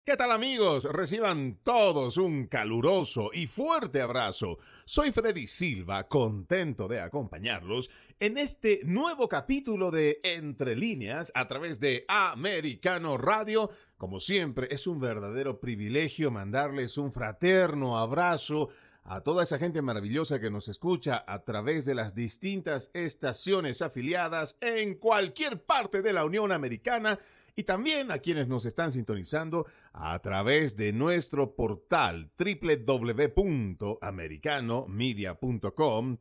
¿Qué tal amigos? Reciban todos un caluroso y fuerte abrazo. Soy Freddy Silva, contento de acompañarlos en este nuevo capítulo de Entre Líneas a través de Americano Radio. Como siempre, es un verdadero privilegio mandarles un fraterno abrazo a toda esa gente maravillosa que nos escucha a través de las distintas estaciones afiliadas en cualquier parte de la Unión Americana y también a quienes nos están sintonizando a través de nuestro portal www.americanomedia.com,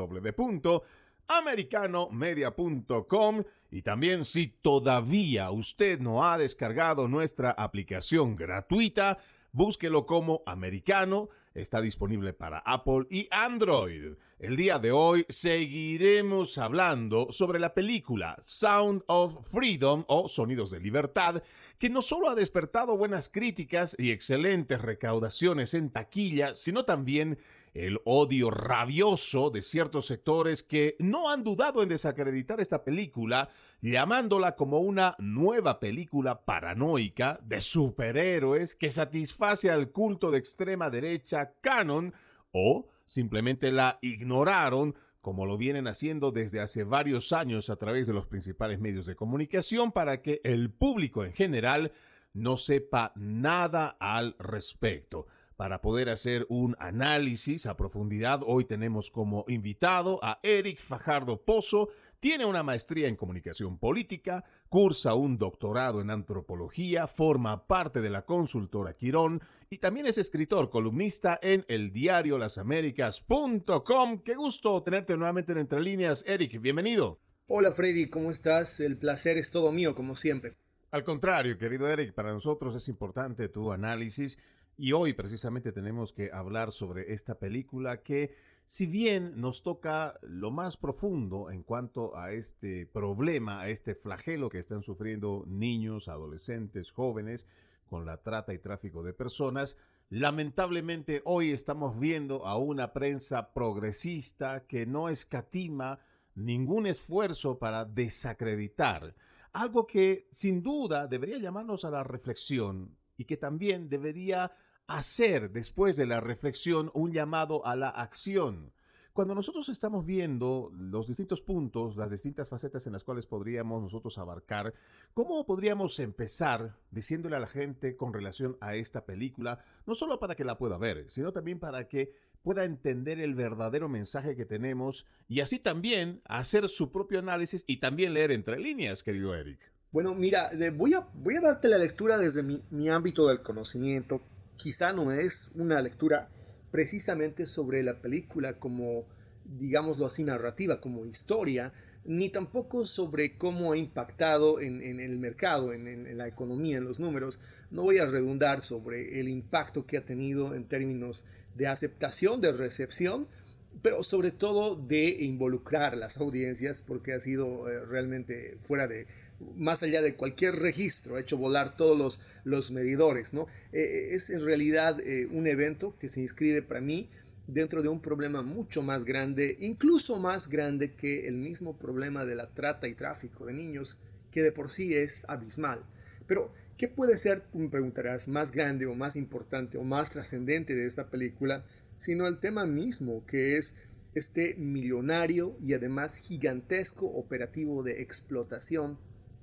www.americanomedia.com, y también si todavía usted no ha descargado nuestra aplicación gratuita, búsquelo como Americano. Está disponible para Apple y Android. El día de hoy seguiremos hablando sobre la película Sound of Freedom o Sonidos de Libertad, que no solo ha despertado buenas críticas y excelentes recaudaciones en taquilla, sino también el odio rabioso de ciertos sectores que no han dudado en desacreditar esta película, llamándola como una nueva película paranoica de superhéroes que satisface al culto de extrema derecha canon, o simplemente la ignoraron como lo vienen haciendo desde hace varios años a través de los principales medios de comunicación para que el público en general no sepa nada al respecto. Para poder hacer un análisis a profundidad, hoy tenemos como invitado a Eric Fajardo Pozo. Tiene una maestría en comunicación política, cursa un doctorado en antropología, forma parte de la consultora Quirón y también es escritor, columnista en el diario lasaméricas.com. Qué gusto tenerte nuevamente en Entre Líneas, Eric, bienvenido. Hola Freddy, ¿cómo estás? El placer es todo mío, como siempre. Al contrario, querido Eric, para nosotros es importante tu análisis y hoy precisamente tenemos que hablar sobre esta película que, si bien nos toca lo más profundo en cuanto a este problema, a este flagelo que están sufriendo niños, adolescentes, jóvenes con la trata y tráfico de personas, lamentablemente hoy estamos viendo a una prensa progresista que no escatima ningún esfuerzo para desacreditar algo que sin duda debería llamarnos a la reflexión y que también debería hacer después de la reflexión un llamado a la acción. Cuando nosotros estamos viendo los distintos puntos, las distintas facetas en las cuales podríamos nosotros abarcar, ¿cómo podríamos empezar diciéndole a la gente con relación a esta película, no solo para que la pueda ver, sino también para que pueda entender el verdadero mensaje que tenemos y así también hacer su propio análisis y también leer entre líneas, querido Eric? Bueno, mira, voy a darte la lectura desde mi ámbito del conocimiento. Quizá no es una lectura precisamente sobre la película como, digámoslo así, narrativa, como historia, ni tampoco sobre cómo ha impactado en el mercado, en la economía, en los números. No voy a redundar sobre el impacto que ha tenido en términos de aceptación, de recepción, pero sobre todo de involucrar a las audiencias, porque ha sido realmente fuera de, más allá de cualquier registro, ha hecho volar todos los medidores, ¿no? Es en realidad un evento que se inscribe para mí dentro de un problema mucho más grande, incluso más grande que el mismo problema de la trata y tráfico de niños, que de por sí es abismal. Pero, ¿qué puede ser, tú me preguntarás, más grande o más importante o más trascendente de esta película, sino el tema mismo, que es este millonario y además gigantesco operativo de explotación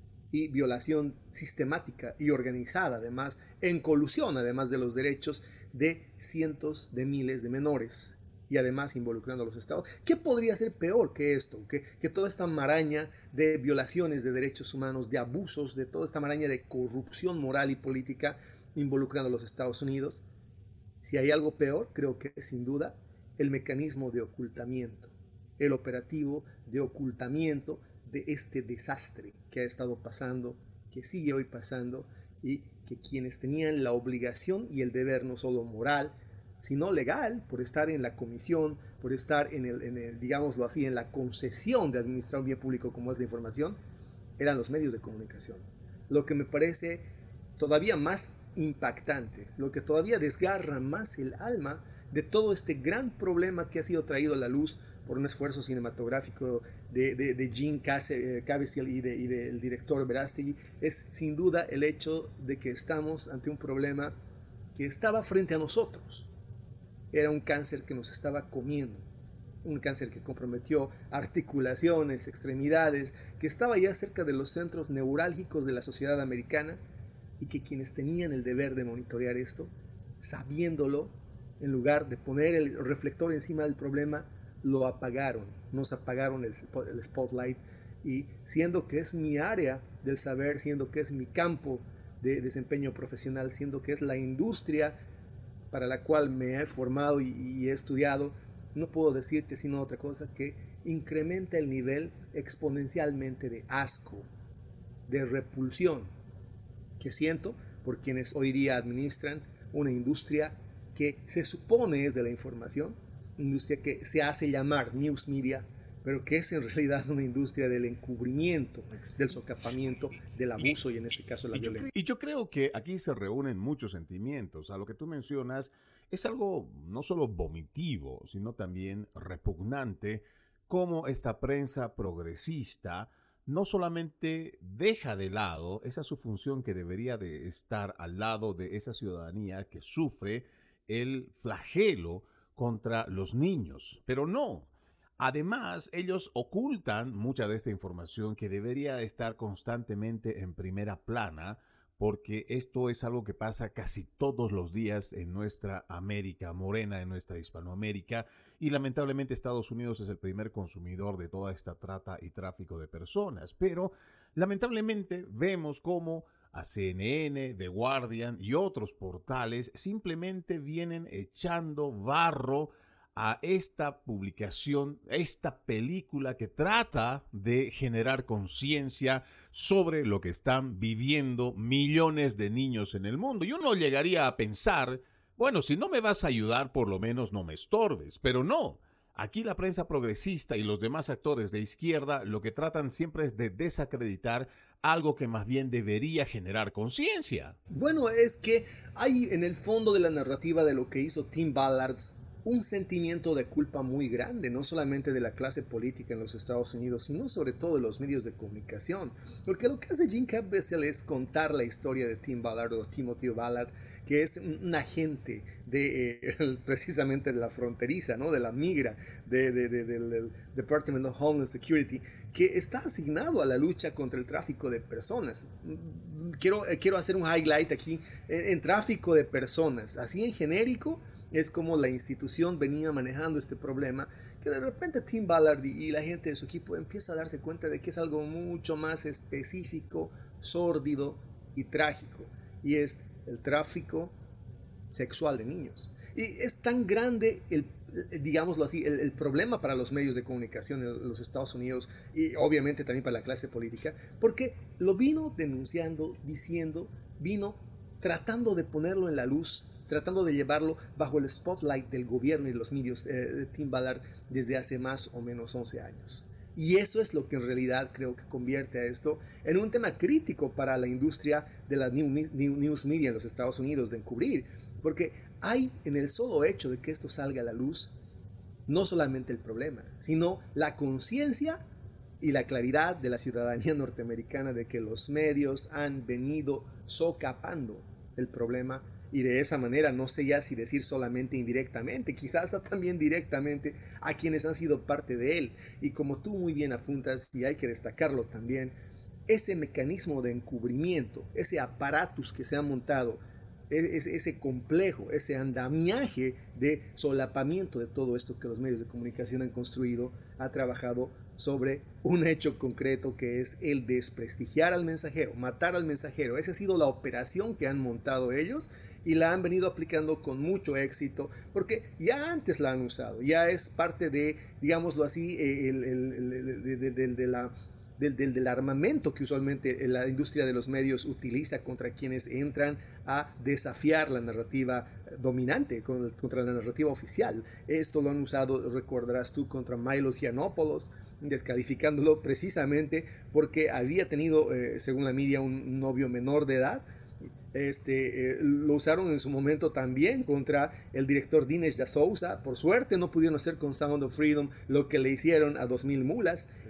y violación sistemática y organizada, además, en colusión, además de los derechos de cientos de miles de menores, y además involucrando a los estados? ¿Qué podría ser peor que esto? Que toda esta maraña de violaciones de derechos humanos, de abusos, de toda esta maraña de corrupción moral y política involucrando a los Estados Unidos. Si hay algo peor, creo que es sin duda el mecanismo de ocultamiento, el operativo de ocultamiento de este desastre que ha estado pasando, que sigue hoy pasando, y que quienes tenían la obligación y el deber no solo moral, sino legal, por estar en la comisión, por estar en el, digámoslo así, en la concesión de administrar un bien público como es la información, eran los medios de comunicación. Lo que me parece todavía más impactante, lo que todavía desgarra más el alma de todo este gran problema que ha sido traído a la luz por un esfuerzo cinematográfico de Gene Caviezel y del director Verástegui es sin duda el hecho de que estamos ante un problema que estaba frente a nosotros. Era un cáncer que nos estaba comiendo, un cáncer que comprometió articulaciones, extremidades, que estaba ya cerca de los centros neurálgicos de la sociedad americana y que quienes tenían el deber de monitorear esto, sabiéndolo, en lugar de poner el reflector encima del problema, lo apagaron, nos apagaron el spotlight, y siendo que es mi área del saber, siendo que es mi campo de desempeño profesional, siendo que es la industria para la cual me he formado y he estudiado, no puedo decirte sino otra cosa que incrementa el nivel exponencialmente de asco, de repulsión que siento por quienes hoy día administran una industria que se supone es de la información, una industria que se hace llamar news media, pero que es en realidad una industria del encubrimiento, del socapamiento, del abuso y en este caso la violencia. Y yo creo que aquí se reúnen muchos sentimientos. A lo que tú mencionas es algo no solo vomitivo, sino también repugnante, como esta prensa progresista no solamente deja de lado esa su función que debería de estar al lado de esa ciudadanía que sufre el flagelo contra los niños, pero no. Además, ellos ocultan mucha de esta información que debería estar constantemente en primera plana, porque esto es algo que pasa casi todos los días en nuestra América morena, en nuestra Hispanoamérica, y lamentablemente Estados Unidos es el primer consumidor de toda esta trata y tráfico de personas. Pero lamentablemente vemos cómo a CNN, The Guardian y otros portales simplemente vienen echando barro a esta publicación, esta película que trata de generar conciencia sobre lo que están viviendo millones de niños en el mundo. Y uno llegaría a pensar, bueno, si no me vas a ayudar, por lo menos no me estorbes, pero no. Aquí la prensa progresista y los demás actores de izquierda lo que tratan siempre es de desacreditar algo que más bien debería generar conciencia. Bueno, es que hay en el fondo de la narrativa de lo que hizo Tim Ballard un sentimiento de culpa muy grande, no solamente de la clase política en los Estados Unidos, sino sobre todo de los medios de comunicación. Porque lo que hace Gene Caviezel es contar la historia de Tim Ballard o Timothy Ballard, que es un agente de precisamente de la fronteriza, ¿no? De la migra, del Department of Homeland Security, que está asignado a la lucha contra el tráfico de personas. Quiero hacer un highlight aquí en tráfico de personas, así en genérico. Es como la institución venía manejando este problema, que de repente Tim Ballard y la gente de su equipo empieza a darse cuenta de que es algo mucho más específico, sórdido y trágico, y es el tráfico sexual de niños. Y es tan grande digámoslo así, el problema para los medios de comunicación en los Estados Unidos y obviamente también para la clase política, porque lo vino denunciando, diciendo, vino tratando de ponerlo en la luz, tratando de llevarlo bajo el spotlight del gobierno y los medios de Tim Ballard desde hace más o menos 11 años. Y eso es lo que en realidad creo que convierte a esto en un tema crítico para la industria de la news media en los Estados Unidos, de encubrir, porque hay en el solo hecho de que esto salga a la luz, no solamente el problema, sino la conciencia y la claridad de la ciudadanía norteamericana de que los medios han venido socapando el problema. Y de esa manera, no sé ya si decir solamente indirectamente, quizás hasta también directamente a quienes han sido parte de él. Y como tú muy bien apuntas, y hay que destacarlo también, ese mecanismo de encubrimiento, ese aparatus que se ha montado, ese complejo, ese andamiaje de solapamiento de todo esto que los medios de comunicación han construido, ha trabajado sobre un hecho concreto que es el desprestigiar al mensajero, matar al mensajero. Esa ha sido la operación que han montado ellos y la han venido aplicando con mucho éxito porque ya antes la han usado, ya es parte de, digámoslo así, del armamento que usualmente la industria de los medios utiliza contra quienes entran a desafiar la narrativa dominante, contra la narrativa oficial. Esto lo han usado, recordarás tú, contra Milo Yiannopoulos, descalificándolo precisamente porque había tenido, según la media, un novio menor de edad. Lo usaron en su momento también contra el director Dinesh D'Souza. Por suerte no pudieron hacer con Sound of Freedom lo que le hicieron a 2000 mulas.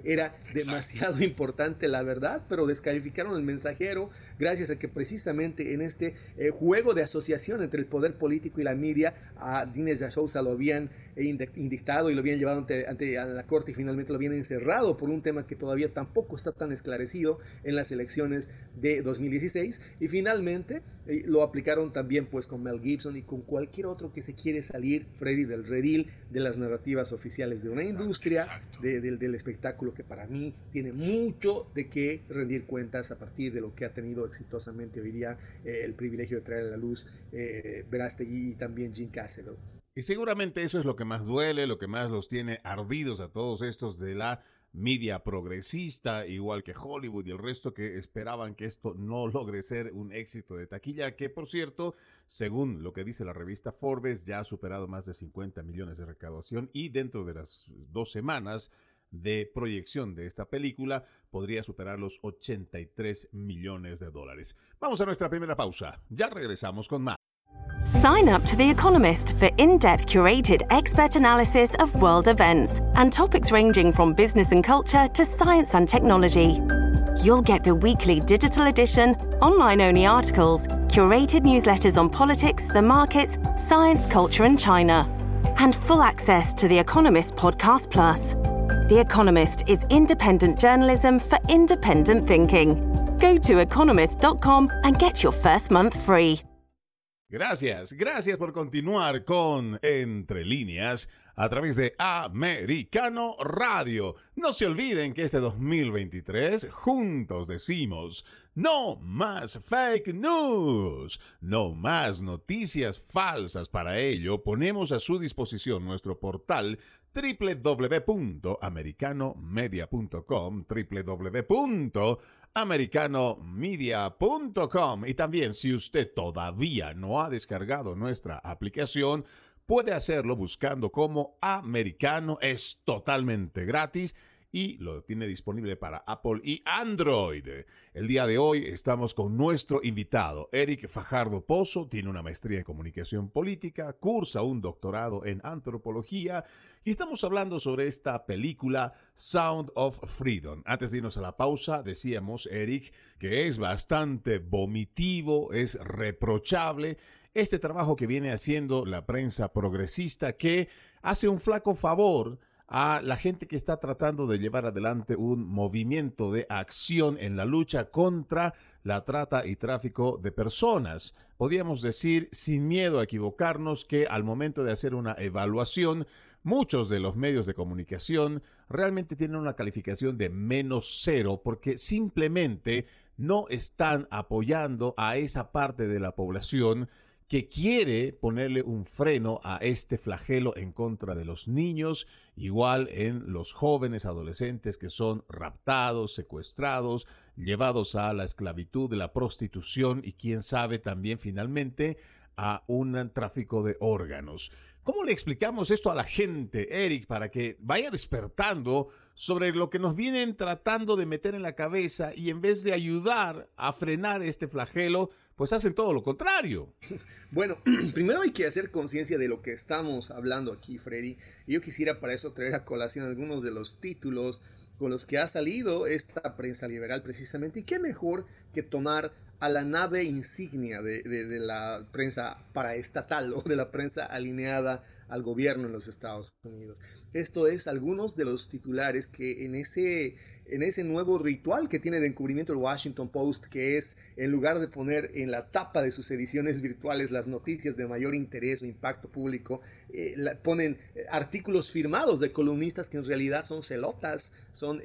era demasiado importante la verdad, pero descalificaron al mensajero gracias a que precisamente en este juego de asociación entre el poder político y la media, a Dinesh D'Souza lo habían indictado y lo habían llevado ante a la corte y finalmente lo habían encerrado por un tema que todavía tampoco está tan esclarecido en las elecciones de 2016, y finalmente lo aplicaron también pues con Mel Gibson y con cualquier otro que se quiere salir, Freddy, del redil de las narrativas oficiales de una industria del espectáculo que para mí tiene mucho de qué rendir cuentas a partir de lo que ha tenido exitosamente hoy día el privilegio de traer a la luz Verástegui y también Jim Caviezel. Y seguramente eso es lo que más duele, lo que más los tiene ardidos a todos estos de la media progresista, igual que Hollywood y el resto, que esperaban que esto no logre ser un éxito de taquilla, que por cierto, según lo que dice la revista Forbes, ya ha superado más de 50 millones de recaudación, y dentro de las 2 semanas de proyección de esta película podría superar los 83 millones de dólares. Vamos a nuestra primera pausa. Ya regresamos con más. Sign up to The Economist for in-depth curated expert analysis of world events and topics ranging from business and culture to science and technology. You'll get the weekly digital edition, online-only articles, curated newsletters on politics, the markets, science, culture and China, and full access to The Economist Podcast Plus. The Economist is independent journalism for independent thinking. Go to economist.com and get your first month free. Gracias por continuar con Entre Líneas a través de Americano Radio. No se olviden que este 2023 juntos decimos: no más fake news, no más noticias falsas. Para ello ponemos a su disposición nuestro portal www.americanomedia.com, www.americanomedia.com. Y también, si usted todavía no ha descargado nuestra aplicación, puede hacerlo buscando como Americano. Es totalmente gratis y lo tiene disponible para Apple y Android. El día de hoy estamos con nuestro invitado, Eric Fajardo Pozo. Tiene una maestría en comunicación política, cursa un doctorado en antropología y estamos hablando sobre esta película Sound of Freedom. Antes de irnos a la pausa, decíamos, Eric, que es bastante vomitivo, es reprochable este trabajo que viene haciendo la prensa progresista, que hace un flaco favor a la gente que está tratando de llevar adelante un movimiento de acción en la lucha contra la trata y tráfico de personas. Podríamos decir, sin miedo a equivocarnos, que al momento de hacer una evaluación, muchos de los medios de comunicación realmente tienen una calificación de -0 porque simplemente no están apoyando a esa parte de la población que quiere ponerle un freno a este flagelo en contra de los niños, igual en los jóvenes adolescentes que son raptados, secuestrados, llevados a la esclavitud de la prostitución y quién sabe también finalmente a un tráfico de órganos. ¿Cómo le explicamos esto a la gente, Eric, para que vaya despertando sobre lo que nos vienen tratando de meter en la cabeza y en vez de ayudar a frenar este flagelo, pues hacen todo lo contrario? Bueno, primero hay que hacer conciencia de lo que estamos hablando aquí, Freddy. Y yo quisiera para eso traer a colación algunos de los títulos con los que ha salido esta prensa liberal precisamente. Y qué mejor que tomar a la nave insignia de la prensa paraestatal o de la prensa alineada al gobierno en los Estados Unidos. Esto es algunos de los titulares que en ese nuevo ritual que tiene de encubrimiento el Washington Post, que es, en lugar de poner en la tapa de sus ediciones virtuales las noticias de mayor interés o impacto público, ponen artículos firmados de columnistas que en realidad son celotas, son,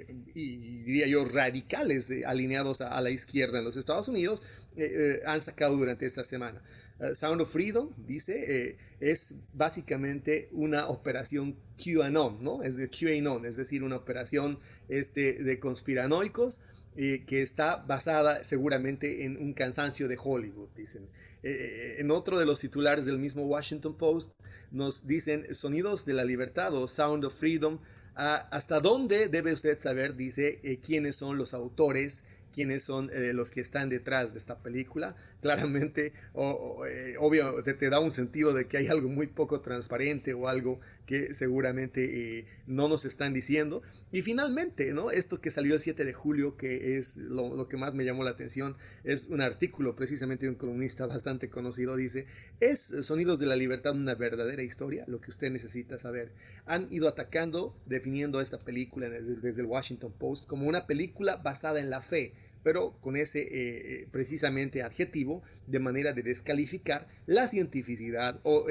y diría yo, radicales, alineados a la izquierda en los Estados Unidos, han sacado durante esta semana. Sound of Freedom, dice, es básicamente una operación QAnon, ¿no? Es de QAnon, es decir, una operación de conspiranoicos que está basada seguramente en un cansancio de Hollywood, dicen. En otro de los titulares del mismo Washington Post nos dicen Sonidos de la Libertad o Sound of Freedom. ¿Hasta dónde debe usted saber? Dice, quiénes son los autores, quiénes son los que están detrás de esta película. claramente, obvio, te da un sentido de que hay algo muy poco transparente o algo que seguramente no nos están diciendo. Y finalmente, ¿no? Esto que salió el 7 de julio, que es lo que más me llamó la atención, es un artículo precisamente de un columnista bastante conocido, dice: ¿es Sonidos de la Libertad una verdadera historia? Lo que usted necesita saber. Han ido atacando, definiendo esta película desde el Washington Post como una película basada en la fe, pero con ese precisamente adjetivo, de manera de descalificar la cientificidad o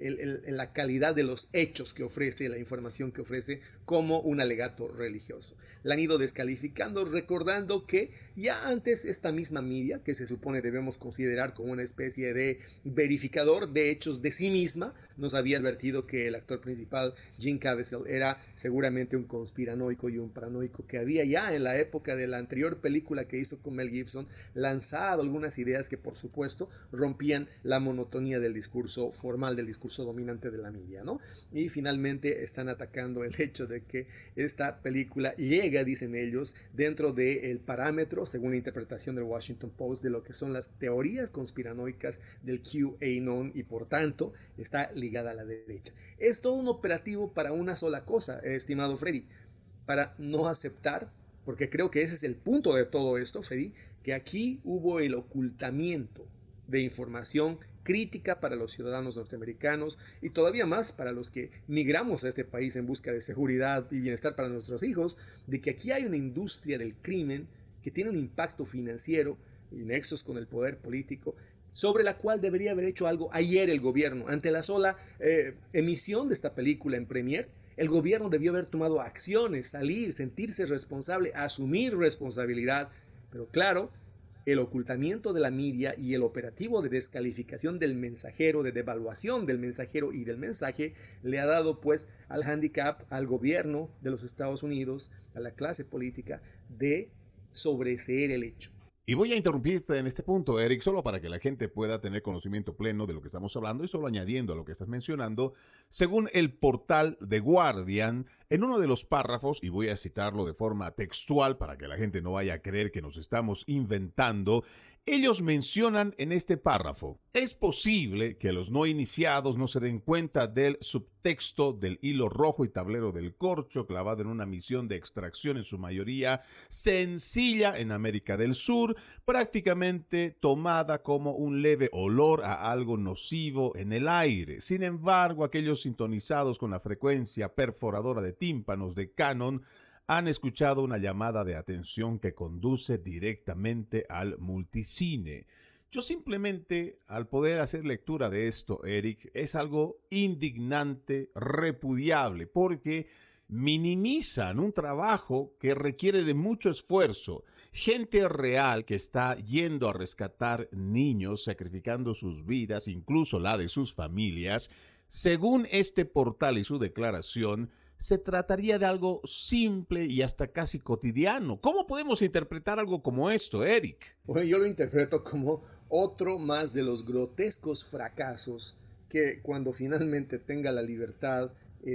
la calidad de los hechos que ofrece, la información que ofrece, como un alegato religioso. La han ido descalificando, recordando que ya antes esta misma media, que se supone debemos considerar como una especie de verificador de hechos de sí misma, nos había advertido que el actor principal, Jim Caviezel, era seguramente un conspiranoico y un paranoico, que había ya en la época de la anterior película que hizo con Mel Gibson lanzado algunas ideas que por supuesto rompían la monotonía del discurso formal, del discurso dominante de la media, ¿no? Y finalmente están atacando el hecho de que esta película llega, dicen ellos, dentro del parámetro, según la interpretación del Washington Post, de lo que son las teorías conspiranoicas del QAnon, y por tanto está ligada a la derecha. Es todo un operativo para una sola cosa, estimado Freddy, para no aceptar, porque creo que ese es el punto de todo esto, Freddy, que aquí hubo el ocultamiento de información crítica para los ciudadanos norteamericanos y todavía más para los que migramos a este país en busca de seguridad y bienestar para nuestros hijos, de que aquí hay una industria del crimen que tiene un impacto financiero y nexos con el poder político, sobre la cual debería haber hecho algo ayer el gobierno. Ante la sola emisión de esta película en Premiere, el gobierno debió haber tomado acciones, salir, sentirse responsable, asumir responsabilidad, pero claro, el ocultamiento de la media y el operativo de descalificación del mensajero, de devaluación del mensajero y del mensaje, le ha dado pues al handicap, al gobierno de los Estados Unidos, a la clase política, de sobreseer el hecho. Y voy a interrumpirte en este punto, Eric, solo para que la gente pueda tener conocimiento pleno de lo que estamos hablando y solo añadiendo a lo que estás mencionando. Según el portal The Guardian, en uno de los párrafos, y voy a citarlo de forma textual para que la gente no vaya a creer que nos estamos inventando, ellos mencionan en este párrafo: es posible que los no iniciados no se den cuenta del subtexto del hilo rojo y tablero del corcho clavado en una misión de extracción en su mayoría sencilla en América del Sur, prácticamente tomada como un leve olor a algo nocivo en el aire. Sin embargo, aquellos sintonizados con la frecuencia perforadora de tímpanos de Canon han escuchado una llamada de atención que conduce directamente al multicine. Yo simplemente, al poder hacer lectura de esto, Eric, es algo indignante, repudiable, porque minimizan un trabajo que requiere de mucho esfuerzo. Gente real que está yendo a rescatar niños, sacrificando sus vidas, incluso la de sus familias. Según este portal y su declaración, se trataría de algo simple y hasta casi cotidiano. ¿Cómo podemos interpretar algo como esto, Eric? Bueno, yo lo interpreto como otro más de los grotescos fracasos que, cuando finalmente tenga la libertad,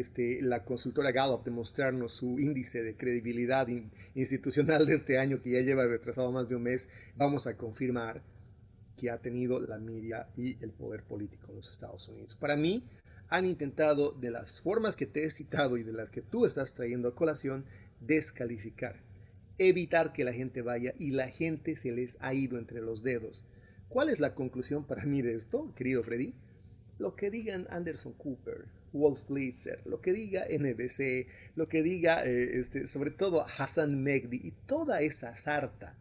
la consultora Gallup de mostrarnos su índice de credibilidad institucional de este año, que ya lleva retrasado más de un mes, vamos a confirmar que ha tenido la media y el poder político en los Estados Unidos. Para mí, han intentado, de las formas que te he citado y de las que tú estás trayendo a colación, descalificar, evitar que la gente vaya, y la gente se les ha ido entre los dedos. ¿Cuál es la conclusión para mí de esto, querido Freddy? Lo que digan Anderson Cooper, Wolf Blitzer, lo que diga NBC, lo que diga sobre todo Hassan Mehdi y toda esa sarta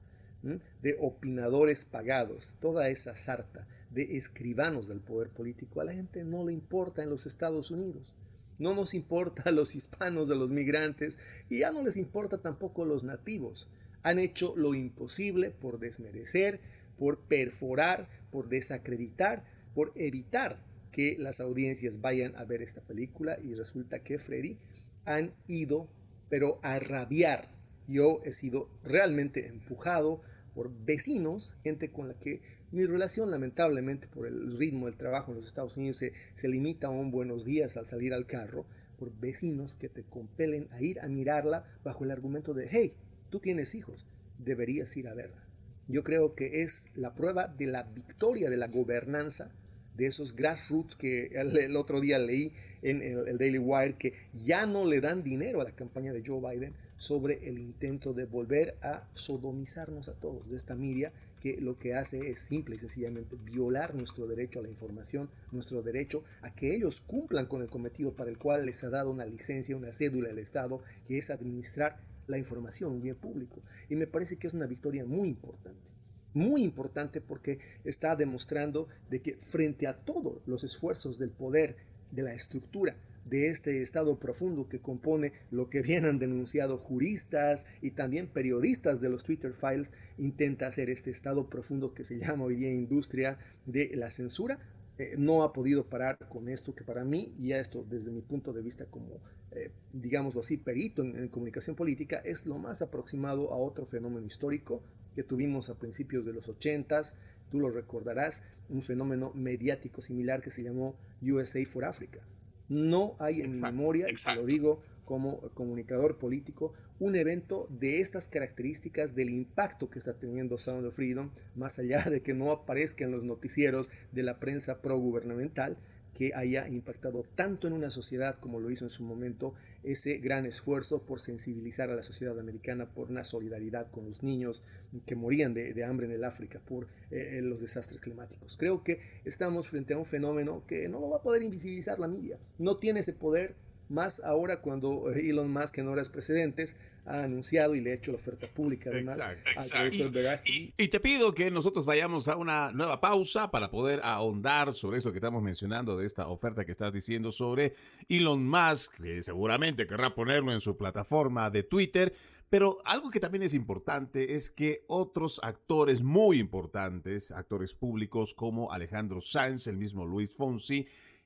de opinadores pagados, toda esa sarta de escribanos del poder político, a la gente no le importa en los Estados Unidos. No nos importa a los hispanos, a los migrantes, y ya no les importa tampoco a los nativos. Han hecho lo imposible por desmerecer, por perforar, por desacreditar, por evitar que las audiencias vayan a ver esta película, y resulta que, Freddy, han ido, pero a rabiar. Yo he sido realmente empujado por vecinos, gente con la que mi relación, lamentablemente, por el ritmo del trabajo en los Estados Unidos se limita a un buenos días al salir al carro, por vecinos que te compelen a ir a mirarla bajo el argumento de: hey, tú tienes hijos, deberías ir a verla. yo creo que es la prueba de la victoria de la gobernanza, de esos grassroots que el otro día leí en el Daily Wire, que ya no le dan dinero a la campaña de Joe Biden sobre el intento de volver a sodomizarnos a todos, de esta media que lo que hace es simple y sencillamente violar nuestro derecho a la información, nuestro derecho a que ellos cumplan con el cometido para el cual les ha dado una licencia, una cédula del Estado, que es administrar la información, un bien público. Y me parece que es una victoria muy importante porque está demostrando de que frente a todos los esfuerzos del poder, de la estructura de este Estado profundo que compone lo que bien han denunciado juristas y también periodistas de los Twitter Files, intenta hacer este Estado profundo que se llama hoy día industria de la censura. No ha podido parar con esto que para mí, y esto desde mi punto de vista como, digámoslo así, perito en comunicación política, es lo más aproximado a otro fenómeno histórico que tuvimos a principios de los 80s, tú lo recordarás, un fenómeno mediático similar que se llamó USA for Africa. No hay en mi memoria, y te lo digo como comunicador político, un evento de estas características, del impacto que está teniendo Sound of Freedom, más allá de que no aparezca en los noticieros de la prensa progubernamental, que haya impactado tanto en una sociedad como lo hizo en su momento ese gran esfuerzo por sensibilizar a la sociedad americana, por una solidaridad con los niños que morían de hambre en el África por los desastres climáticos. Creo que estamos frente a un fenómeno que no lo va a poder invisibilizar la media. No tiene ese poder, más ahora cuando Elon Musk, en horas precedentes, ha anunciado y le ha hecho la oferta pública además al proyecto Veracity. Y te pido que nosotros vayamos a una nueva pausa para poder ahondar sobre eso que estamos mencionando, de esta oferta que estás diciendo sobre Elon Musk, que seguramente querrá ponerlo en su plataforma de Twitter. Pero algo que también es importante es que otros actores muy importantes, actores públicos como Alejandro Sanz, el mismo Luis Fonsi,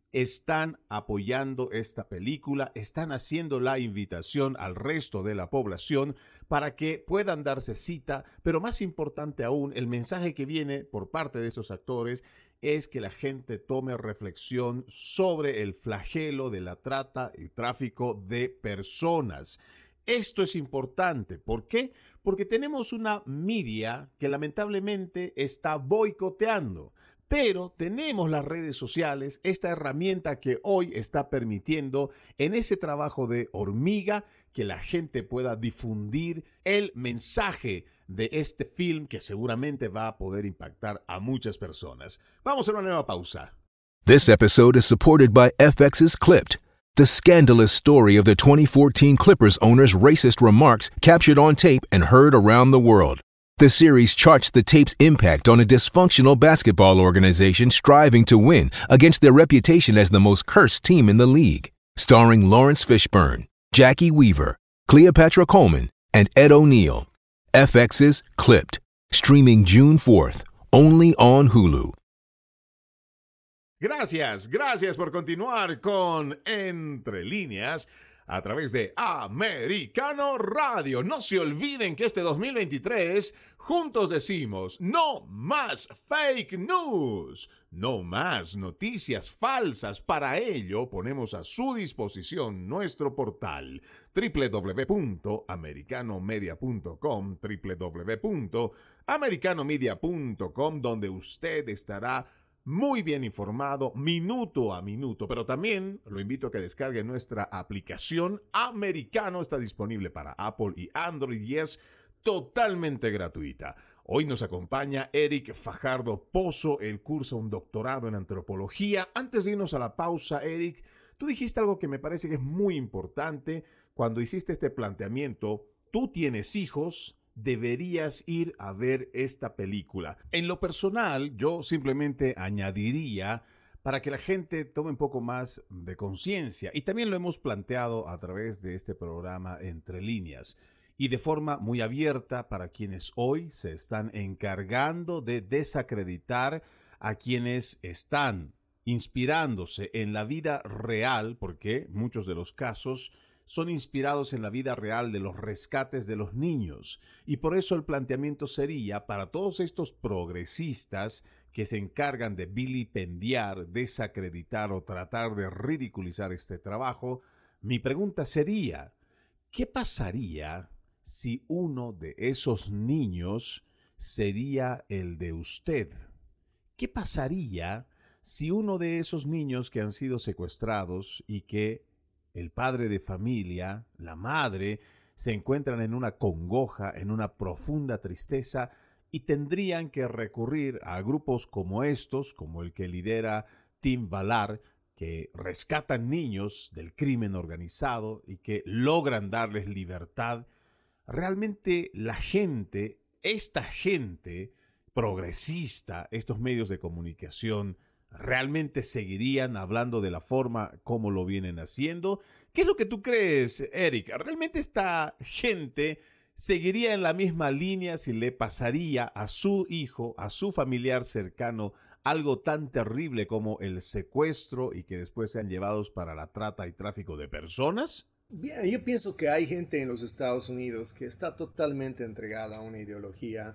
están apoyando esta película, están haciendo la invitación al resto de la población para que puedan darse cita, pero más importante aún, el mensaje que viene por parte de estos actores es que la gente tome reflexión sobre el flagelo de la trata y tráfico de personas. Esto es importante. ¿Por qué? Porque tenemos una media que lamentablemente está boicoteando. Pero tenemos las redes sociales, esta herramienta que hoy está permitiendo en ese trabajo de hormiga que la gente pueda difundir el mensaje de este film que seguramente va a poder impactar a muchas personas. Vamos a una nueva pausa. This episode is supported by FX's Clipped, the scandalous story of the 2014 Clippers owner's racist remarks captured on tape and heard around the world. The series charts the tape's impact on a dysfunctional basketball organization striving to win against their reputation as the most cursed team in the league. Starring Lawrence Fishburne, Jackie Weaver, Cleopatra Coleman, and Ed O'Neill. FX's Clipped, streaming June 4th, only on Hulu. Gracias por continuar con Entre Líneas a través de Americano Radio. No se olviden que este 2023 juntos decimos no más fake news, no más noticias falsas. Para ello ponemos a su disposición nuestro portal www.americanomedia.com, www.americanomedia.com, donde usted estará muy bien informado, minuto a minuto, pero también lo invito a que descargue nuestra aplicación Americano. Está disponible para Apple y Android y es totalmente gratuita. Hoy nos acompaña Eric Fajardo Pozo. Él cursa un doctorado en antropología. Antes de irnos a la pausa, Eric, tú dijiste algo que me parece que es muy importante cuando hiciste este planteamiento. Tú tienes hijos, deberías ir a ver esta película. En lo personal, yo simplemente añadiría para que la gente tome un poco más de conciencia, y también lo hemos planteado a través de este programa Entre Líneas, y de forma muy abierta para quienes hoy se están encargando de desacreditar a quienes están inspirándose en la vida real, porque muchos de los casos son inspirados en la vida real de los rescates de los niños. Y por eso el planteamiento sería para todos estos progresistas que se encargan de vilipendiar, desacreditar o tratar de ridiculizar este trabajo, mi pregunta sería, ¿qué pasaría si uno de esos niños sería el de usted. ¿Qué pasaría si uno de esos niños que han sido secuestrados y que el padre de familia, la madre, se encuentran en una congoja, en una profunda tristeza y tendrían que recurrir a grupos como estos, como el que lidera Tim Ballard, que rescatan niños del crimen organizado y que logran darles libertad? Realmente la gente, esta gente progresista, estos medios de comunicación, ¿realmente seguirían hablando de la forma como lo vienen haciendo? ¿Qué es lo que tú crees, Eric? ¿Realmente esta gente seguiría en la misma línea si le pasaría a su hijo, a su familiar cercano, algo tan terrible como el secuestro y que después sean llevados para la trata y tráfico de personas? Bien, yo pienso que hay gente en los Estados Unidos que está totalmente entregada a una ideología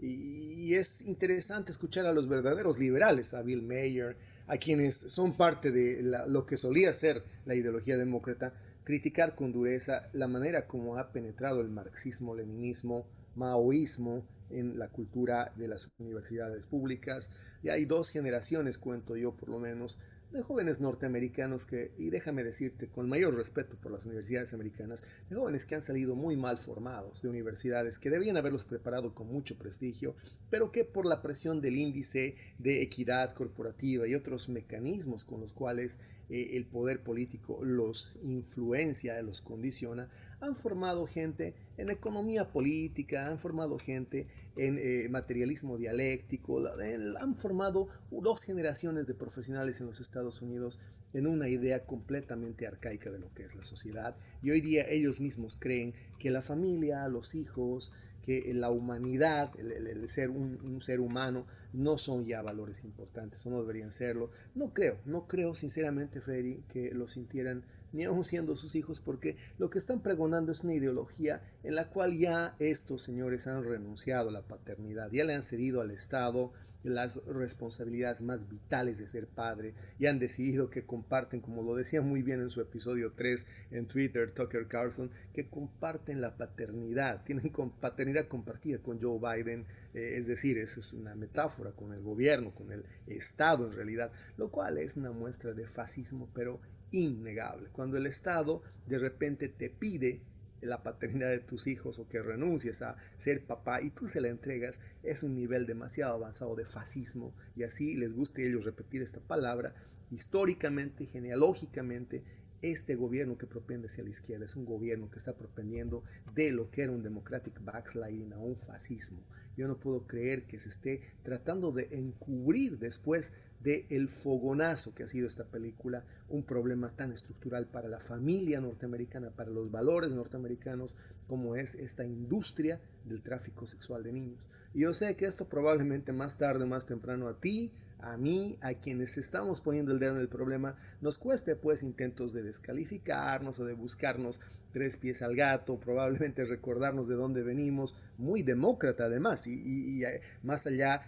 y es interesante escuchar a los verdaderos liberales, a Bill Maher, a quienes son parte de lo que solía ser la ideología demócrata, criticar con dureza la manera como ha penetrado el marxismo-leninismo, maoísmo en la cultura de las universidades públicas. Y hay dos generaciones, cuento yo por lo menos, de jóvenes norteamericanos que, y déjame decirte con mayor respeto por las universidades americanas, de jóvenes que han salido muy mal formados de universidades que debían haberlos preparado con mucho prestigio, pero que por la presión del índice de equidad corporativa y otros mecanismos con los cuales el poder político los influencia, los condiciona, han formado gente en economía política, han formado gente en materialismo dialéctico, han formado dos generaciones de profesionales en los Estados Unidos en una idea completamente arcaica de lo que es la sociedad, y hoy día ellos mismos creen que la familia, los hijos, que la humanidad, el ser un ser humano no son ya valores importantes o no deberían serlo. No creo sinceramente, Freddy, que lo sintieran ni aun siendo sus hijos, porque lo que están pregonando es una ideología en la cual ya estos señores han renunciado a la paternidad, ya le han cedido al Estado las responsabilidades más vitales de ser padre y han decidido que comparten, como lo decía muy bien en su episodio 3 en Twitter, Tucker Carlson, que comparten la paternidad, tienen paternidad compartida con Joe Biden, es decir, eso es una metáfora con el gobierno, con el Estado en realidad, lo cual es una muestra de fascismo, pero innegable. Cuando el Estado de repente te pide la paternidad de tus hijos o que renuncies a ser papá y tú se la entregas, es un nivel demasiado avanzado de fascismo, y así les guste a ellos repetir esta palabra, históricamente, genealógicamente, este gobierno que propende hacia la izquierda es un gobierno que está propendiendo de lo que era un democratic backsliding a un fascismo. Yo no puedo creer que se esté tratando de encubrir después del fogonazo que ha sido esta película un problema tan estructural para la familia norteamericana, para los valores norteamericanos, como es esta industria del tráfico sexual de niños. Y yo sé que esto probablemente más tarde o más temprano a ti, a mí, a quienes estamos poniendo el dedo en el problema, nos cueste pues intentos de descalificarnos o de buscarnos tres pies al gato, probablemente recordarnos de dónde venimos, muy demócrata además, y más allá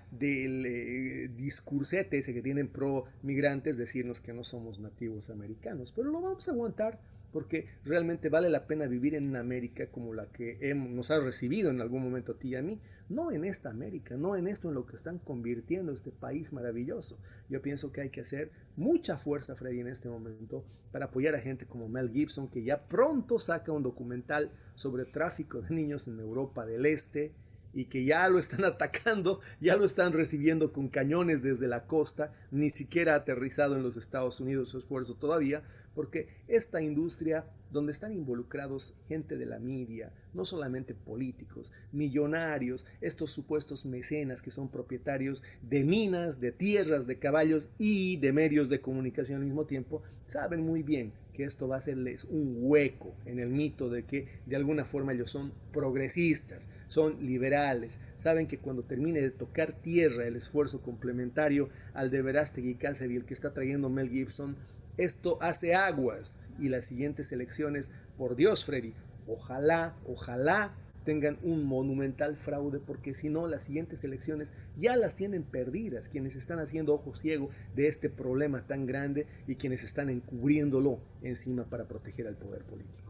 del discursete ese que tienen pro migrantes, decirnos que no somos nativos americanos, pero lo vamos a aguantar, porque realmente vale la pena vivir en una América como la que nos ha recibido en algún momento a ti y a mí, no en esta América, no en esto en lo que están convirtiendo este país maravilloso. Yo pienso que hay que hacer mucha fuerza, Freddy, en este momento para apoyar a gente como Mel Gibson, que ya pronto saca un documental sobre tráfico de niños en Europa del Este, y que ya lo están atacando, ya lo están recibiendo con cañones desde la costa, ni siquiera ha aterrizado en los Estados Unidos su esfuerzo todavía, porque esta industria donde están involucrados gente de la media, no solamente políticos, millonarios, estos supuestos mecenas que son propietarios de minas, de tierras, de caballos y de medios de comunicación al mismo tiempo, saben muy bien que esto va a hacerles un hueco en el mito de que de alguna forma ellos son progresistas, son liberales, saben que cuando termine de tocar tierra el esfuerzo complementario al de Verástegui y Cassavy que está trayendo Mel Gibson, esto hace aguas y las siguientes elecciones, por Dios, Freddy, ojalá tengan un monumental fraude, porque si no, las siguientes elecciones ya las tienen perdidas quienes están haciendo ojo ciego de este problema tan grande y quienes están encubriéndolo encima para proteger al poder político.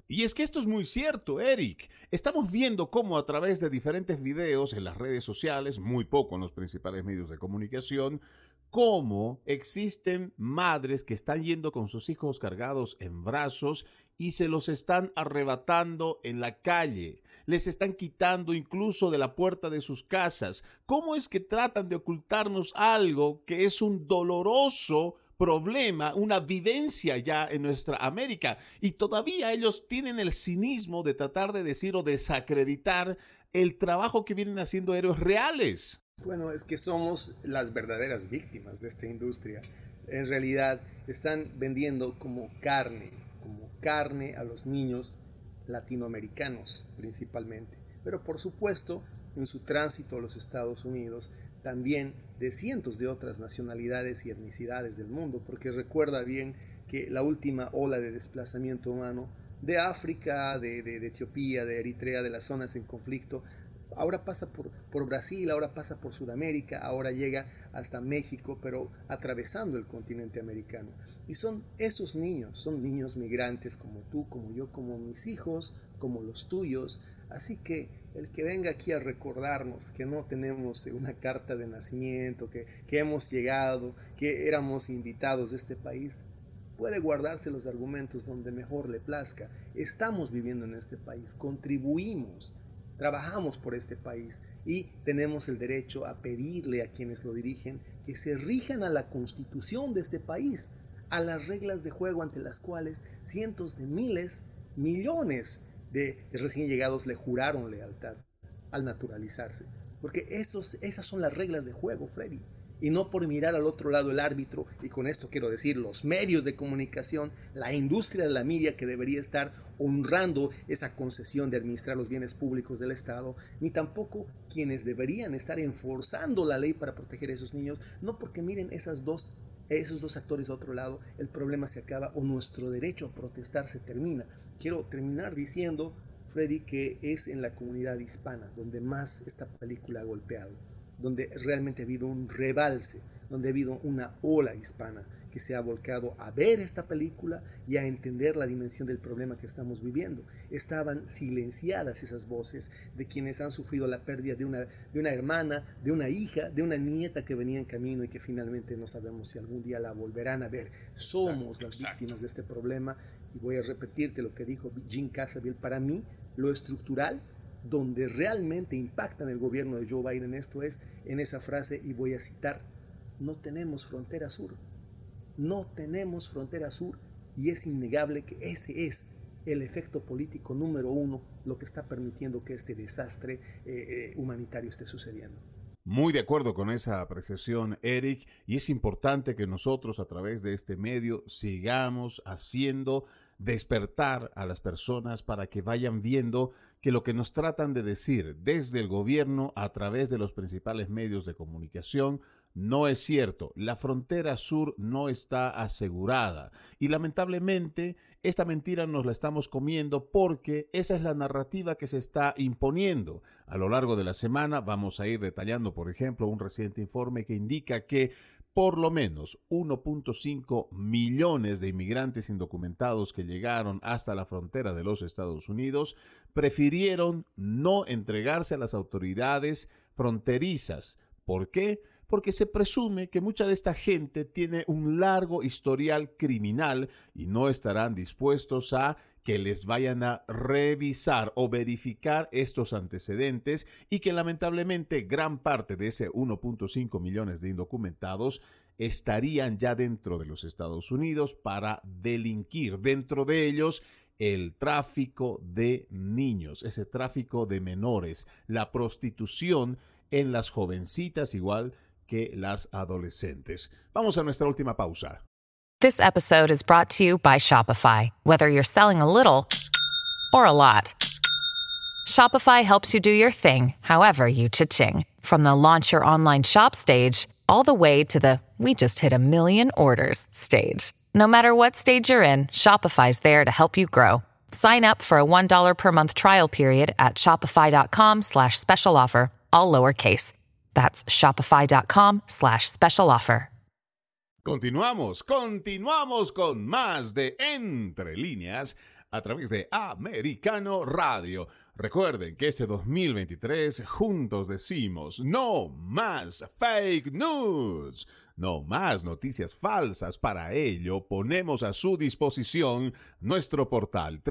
Y es que esto es muy cierto, Eric. Estamos viendo cómo a través de diferentes videos en las redes sociales, muy poco en los principales medios de comunicación, cómo existen madres que están yendo con sus hijos cargados en brazos y se los están arrebatando en la calle. Les están quitando incluso de la puerta de sus casas. ¿Cómo es que tratan de ocultarnos algo que es un doloroso problema, una vivencia ya en nuestra América? Y todavía ellos tienen el cinismo de tratar de decir o desacreditar el trabajo que vienen haciendo héroes reales. Bueno, es que somos las verdaderas víctimas de esta industria. En realidad están vendiendo como carne a los niños latinoamericanos principalmente. Pero por supuesto, en su tránsito a los Estados Unidos, también de cientos de otras nacionalidades y etnicidades del mundo, porque recuerda bien que la última ola de desplazamiento humano de África, de Etiopía, de Eritrea, de las zonas en conflicto, ahora pasa por Brasil, ahora pasa por Sudamérica, ahora llega hasta México, pero atravesando el continente americano. Y son esos niños, son niños migrantes como tú, como yo, como mis hijos, como los tuyos. Así que el que venga aquí a recordarnos que no tenemos una carta de nacimiento, que hemos llegado, que éramos invitados de este país, puede guardarse los argumentos donde mejor le plazca. Estamos viviendo en este país, contribuimos, trabajamos por este país y tenemos el derecho a pedirle a quienes lo dirigen que se rijan a la constitución de este país, a las reglas de juego ante las cuales cientos de miles, millones de recién llegados le juraron lealtad al naturalizarse. Porque esas son las reglas de juego, Freddy. Y no por mirar al otro lado el árbitro, y con esto quiero decir los medios de comunicación, la industria de la media que debería estar honrando esa concesión de administrar los bienes públicos del Estado, ni tampoco quienes deberían estar enforzando la ley para proteger a esos niños. No porque miren esos dos actores a otro lado, el problema se acaba o nuestro derecho a protestar se termina. Quiero terminar diciendo, Freddy, que es en la comunidad hispana donde más esta película ha golpeado, donde realmente ha habido un rebalse, donde ha habido una ola hispana que se ha volcado a ver esta película y a entender la dimensión del problema que estamos viviendo. Estaban silenciadas esas voces de quienes han sufrido la pérdida de una hermana, de una hija, de una nieta que venía en camino y que finalmente no sabemos si algún día la volverán a ver. Somos las víctimas de este problema, y voy a repetirte lo que dijo Jim Casaville. Para mí, lo estructural, donde realmente impacta en el gobierno de Joe Biden, esto es en esa frase, y voy a citar: no tenemos frontera sur. No tenemos frontera sur, y es innegable que ese es el efecto político número uno, lo que está permitiendo que este desastre humanitario esté sucediendo. Muy de acuerdo con esa apreciación, Eric, y es importante que nosotros a través de este medio sigamos haciendo despertar a las personas para que vayan viendo que lo que nos tratan de decir desde el gobierno a través de los principales medios de comunicación no es cierto. La frontera sur no está asegurada y lamentablemente esta mentira nos la estamos comiendo porque esa es la narrativa que se está imponiendo. A lo largo de la semana vamos a ir detallando, por ejemplo, un reciente informe que indica que por lo menos 1.5 millones de inmigrantes indocumentados que llegaron hasta la frontera de los Estados Unidos prefirieron no entregarse a las autoridades fronterizas. ¿Por qué? Porque se presume que mucha de esta gente tiene un largo historial criminal y no estarán dispuestos a que les vayan a revisar o verificar estos antecedentes, y que lamentablemente gran parte de ese 1.5 millones de indocumentados estarían ya dentro de los Estados Unidos para delinquir. Dentro de ellos, el tráfico de niños, ese tráfico de menores, la prostitución en las jovencitas igual que las adolescentes. Vamos a nuestra última pausa. This episode is brought to you by Shopify. Whether you're selling a little or a lot, Shopify helps you do your thing, however you cha-ching. From the launch your online shop stage, all the way to the we just hit 1 million orders stage. No matter what stage you're in, Shopify's there to help you grow. Sign up for a $1 per month trial period at shopify.com/special offer, all lowercase. That's shopify.com/special offer. Continuamos con más de Entre Líneas a través de Americano Radio. Recuerden que este 2023 juntos decimos no más fake news, no más noticias falsas. Para ello ponemos a su disposición nuestro portal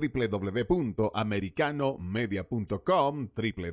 www.americanomedia.com,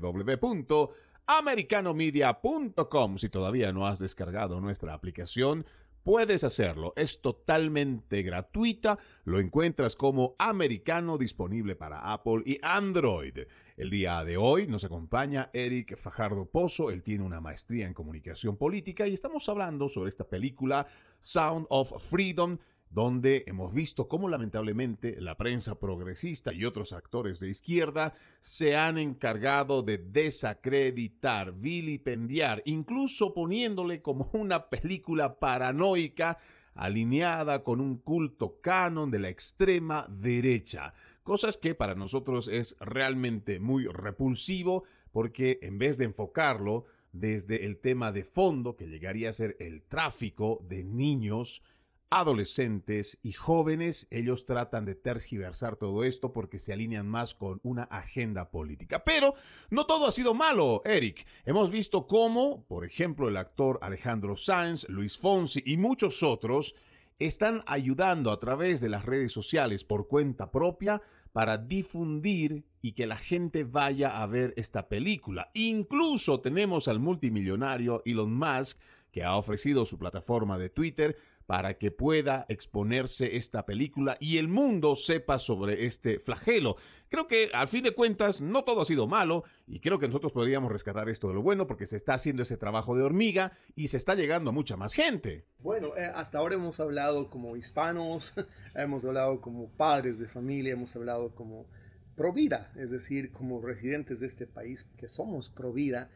www.americanomedia.com. Si todavía no has descargado nuestra aplicación, puedes hacerlo, es totalmente gratuita, lo encuentras como Americano, disponible para Apple y Android. El día de hoy nos acompaña Eric Fajardo Pozo, él tiene una maestría en comunicación política y estamos hablando sobre esta película Sound of Freedom, donde hemos visto cómo lamentablemente la prensa progresista y otros actores de izquierda se han encargado de desacreditar, vilipendiar, incluso poniéndole como una película paranoica alineada con un culto canon de la extrema derecha. Cosas que para nosotros es realmente muy repulsivo porque en vez de enfocarlo desde el tema de fondo que llegaría a ser el tráfico de niños, adolescentes y jóvenes, ellos tratan de tergiversar todo esto porque se alinean más con una agenda política. Pero no todo ha sido malo, Eric. Hemos visto cómo, por ejemplo, el actor Alejandro Sanz, Luis Fonsi y muchos otros están ayudando a través de las redes sociales por cuenta propia para difundir y que la gente vaya a ver esta película. Incluso tenemos al multimillonario Elon Musk, que ha ofrecido su plataforma de Twitter para que pueda exponerse esta película y el mundo sepa sobre este flagelo. Creo que al fin de cuentas no todo ha sido malo y creo que nosotros podríamos rescatar esto de lo bueno porque se está haciendo ese trabajo de hormiga y se está llegando a mucha más gente. Bueno, hasta ahora hemos hablado como hispanos, hemos hablado como padres de familia, hemos hablado como pro vida, es decir, como residentes de este país que somos pro vida.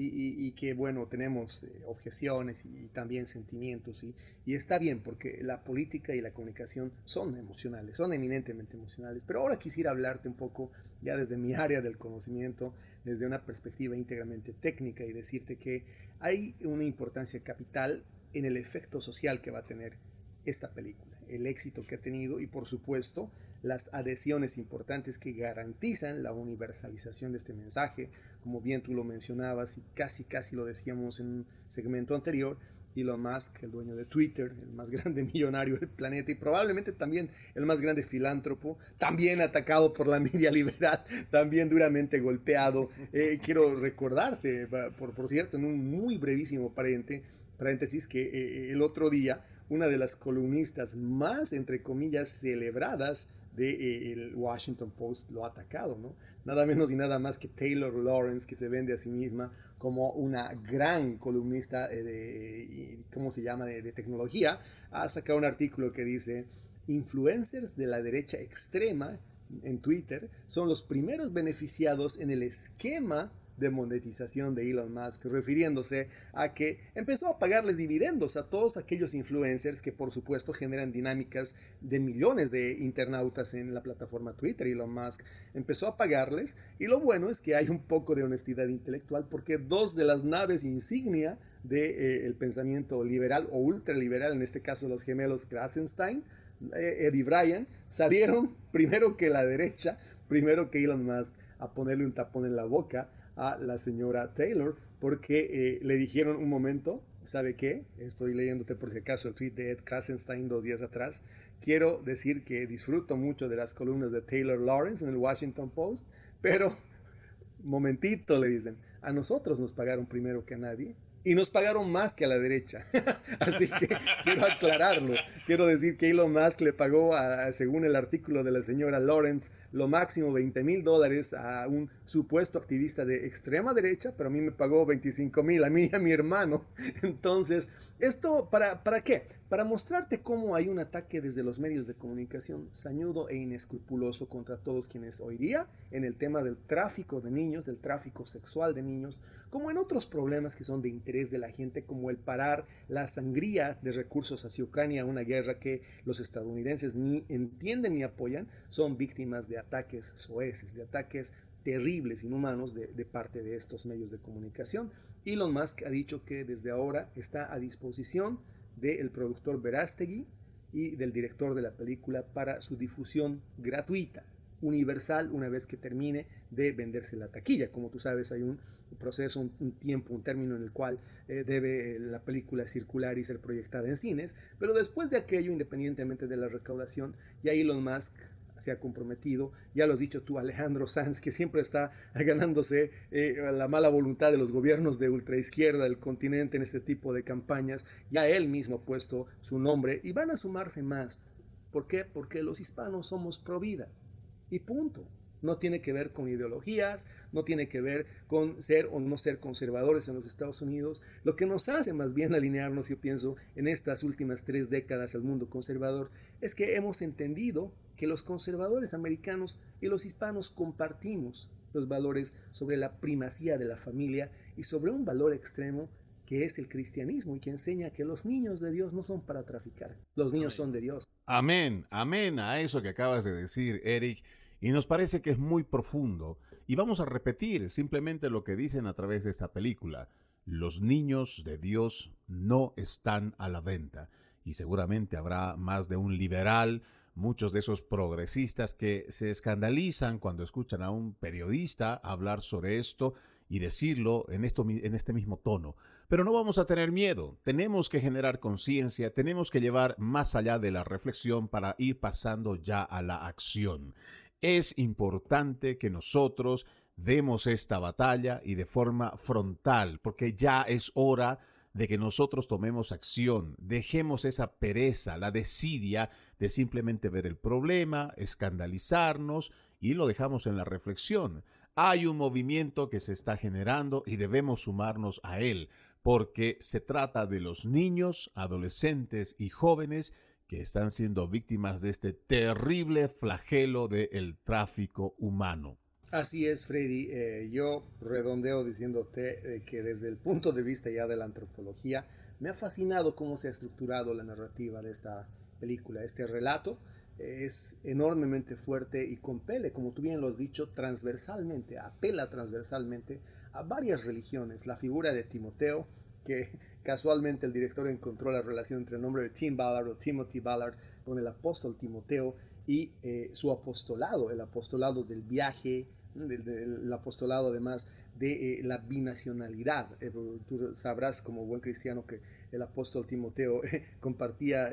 Y que, bueno, tenemos objeciones y también sentimientos y está bien porque la política y la comunicación son emocionales, son eminentemente emocionales. Pero ahora quisiera hablarte un poco ya desde mi área del conocimiento, desde una perspectiva íntegramente técnica y decirte que hay una importancia capital en el efecto social que va a tener esta película, el éxito que ha tenido y por supuesto las adhesiones importantes que garantizan la universalización de este mensaje, como bien tú lo mencionabas y casi lo decíamos en un segmento anterior. Elon Musk, el dueño de Twitter, el más grande millonario del planeta y probablemente también el más grande filántropo, también atacado por la media liberal, también duramente golpeado. Quiero recordarte, por cierto, en un muy brevísimo paréntesis, que el otro día una de las columnistas más, entre comillas, celebradas del Washington Post lo ha atacado, ¿no? Nada menos y nada más que Taylor Lawrence, que se vende a sí misma como una gran columnista de tecnología, ha sacado un artículo que dice: influencers de la derecha extrema en Twitter son los primeros beneficiados en el esquema de monetización de Elon Musk, refiriéndose a que empezó a pagarles dividendos a todos aquellos influencers que por supuesto generan dinámicas de millones de internautas en la plataforma Twitter. Elon Musk empezó a pagarles y lo bueno es que hay un poco de honestidad intelectual porque dos de las naves insignia del pensamiento liberal o ultraliberal, en este caso los gemelos Krassenstein, Ed y Brian, salieron primero que la derecha, primero que Elon Musk, a ponerle un tapón en la boca a la señora Taylor porque le dijeron: un momento, ¿sabe qué? Estoy leyéndote por si acaso el tweet de Ed Krassenstein 2 días atrás. Quiero decir que disfruto mucho de las columnas de Taylor Lawrence en el Washington Post, pero momentito, le dicen, a nosotros nos pagaron primero que a nadie y nos pagaron más que a la derecha. Así que quiero aclararlo. Quiero decir que Elon Musk le pagó, según el artículo de la señora Lawrence, lo máximo $20,000 a un supuesto activista de extrema derecha, pero a mí me pagó $25,000, a mí y a mi hermano. Entonces, ¿esto para qué? Para mostrarte cómo hay un ataque desde los medios de comunicación sañudo e inescrupuloso contra todos quienes hoy día, en el tema del tráfico de niños, del tráfico sexual de niños, como en otros problemas que son de interés de la gente, como el parar la sangría de recursos hacia Ucrania, una guerra que los estadounidenses ni entienden ni apoyan, son víctimas de ataques soeces, de ataques terribles, inhumanos de parte de estos medios de comunicación. Elon Musk ha dicho que desde ahora está a disposición del productor Verástegui y del director de la película para su difusión gratuita, universal, una vez que termine de venderse la taquilla. Como tú sabes, hay un proceso, un tiempo, un término en el cual debe la película circular y ser proyectada en cines, pero después de aquello, independientemente de la recaudación, ya Elon Musk se ha comprometido, ya lo has dicho tú, Alejandro Sanz, que siempre está ganándose la mala voluntad de los gobiernos de ultraizquierda del continente en este tipo de campañas, ya él mismo ha puesto su nombre y van a sumarse más. ¿Por qué? Porque los hispanos somos pro vida y punto. No tiene que ver con ideologías, no tiene que ver con ser o no ser conservadores en los Estados Unidos. Lo que nos hace más bien alinearnos, yo pienso, en estas últimas 3 décadas al mundo conservador, es que hemos entendido que los conservadores americanos y los hispanos compartimos los valores sobre la primacía de la familia y sobre un valor extremo que es el cristianismo y que enseña que los niños de Dios no son para traficar, los niños son de Dios. Amén, amén a eso que acabas de decir, Eric, y nos parece que es muy profundo. Y vamos a repetir simplemente lo que dicen a través de esta película. Los niños de Dios no están a la venta. Y seguramente habrá más de un liberal, muchos de esos progresistas que se escandalizan cuando escuchan a un periodista hablar sobre esto y decirlo en este mismo tono. Pero no vamos a tener miedo, tenemos que generar conciencia, tenemos que llevar más allá de la reflexión para ir pasando ya a la acción. Es importante que nosotros demos esta batalla y de forma frontal, porque ya es hora de que nosotros tomemos acción, dejemos esa pereza, la desidia de simplemente ver el problema, escandalizarnos y lo dejamos en la reflexión. Hay un movimiento que se está generando y debemos sumarnos a él, porque se trata de los niños, adolescentes y jóvenes que están siendo víctimas de este terrible flagelo del tráfico humano. Así es, Freddy. Yo redondeo diciéndote que desde el punto de vista ya de la antropología, me ha fascinado cómo se ha estructurado la narrativa de esta película. Este relato es enormemente fuerte y compele, como tú bien lo has dicho, transversalmente, apela transversalmente a varias religiones. La figura de Timoteo, que casualmente el director encontró la relación entre el nombre de Tim Ballard o Timothy Ballard con el apóstol Timoteo y su apostolado, el apostolado del viaje, el apostolado además de la binacionalidad. Tú sabrás como buen cristiano que el apóstol Timoteo compartía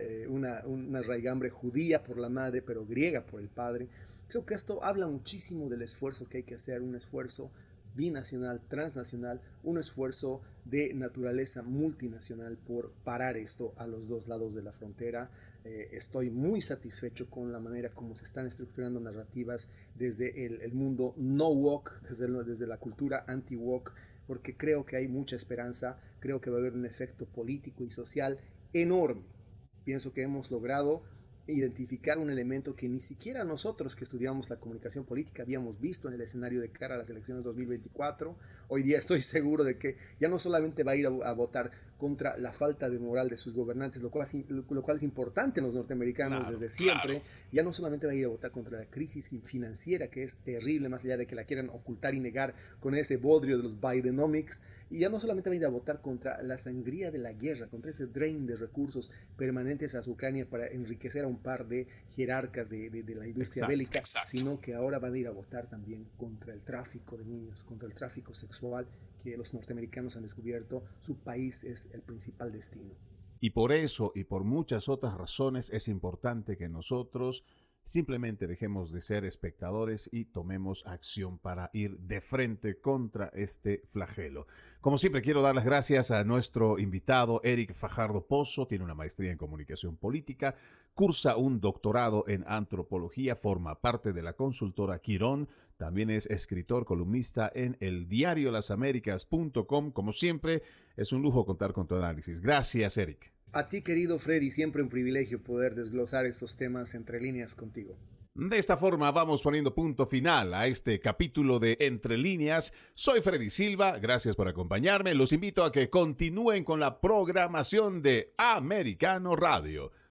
una raigambre judía por la madre, pero griega por el padre. Creo que esto habla muchísimo del esfuerzo que hay que hacer, un esfuerzo binacional, transnacional, un esfuerzo de naturaleza multinacional por parar esto a los dos lados de la frontera. Estoy muy satisfecho con la manera como se están estructurando narrativas desde el mundo no woke, desde la cultura anti-woke, porque creo que hay mucha esperanza, creo que va a haber un efecto político y social enorme. Pienso que hemos logrado identificar un elemento que ni siquiera nosotros que estudiamos la comunicación política habíamos visto en el escenario de cara a las elecciones 2024. Hoy día estoy seguro de que ya no solamente va a ir a votar contra la falta de moral de sus gobernantes, lo cual es importante en los norteamericanos desde siempre, ya no solamente va a ir a votar contra la crisis financiera, que es terrible, más allá de que la quieran ocultar y negar con ese bodrio de los Bidenomics, y ya no solamente va a ir a votar contra la sangría de la guerra, contra ese drain de recursos permanentes a Ucrania para enriquecer a un par de jerarcas de la industria bélica, sino que ahora van a ir a votar también contra el tráfico de niños, contra el tráfico sexual, que los norteamericanos han descubierto, su país es el principal destino. Y por eso y por muchas otras razones es importante que nosotros simplemente dejemos de ser espectadores y tomemos acción para ir de frente contra este flagelo. Como siempre, quiero dar las gracias a nuestro invitado, Eric Fajardo Pozo. Tiene una maestría en comunicación política, cursa un doctorado en antropología, forma parte de la consultora Quirón. También es escritor, columnista en el diario lasaméricas.com. Como siempre, es un lujo contar con tu análisis. Gracias, Eric. A ti, querido Freddy, siempre un privilegio poder desglosar estos temas entre líneas contigo. De esta forma vamos poniendo punto final a este capítulo de Entre Líneas. Soy Freddy Silva, gracias por acompañarme. Los invito a que continúen con la programación de Americano Radio.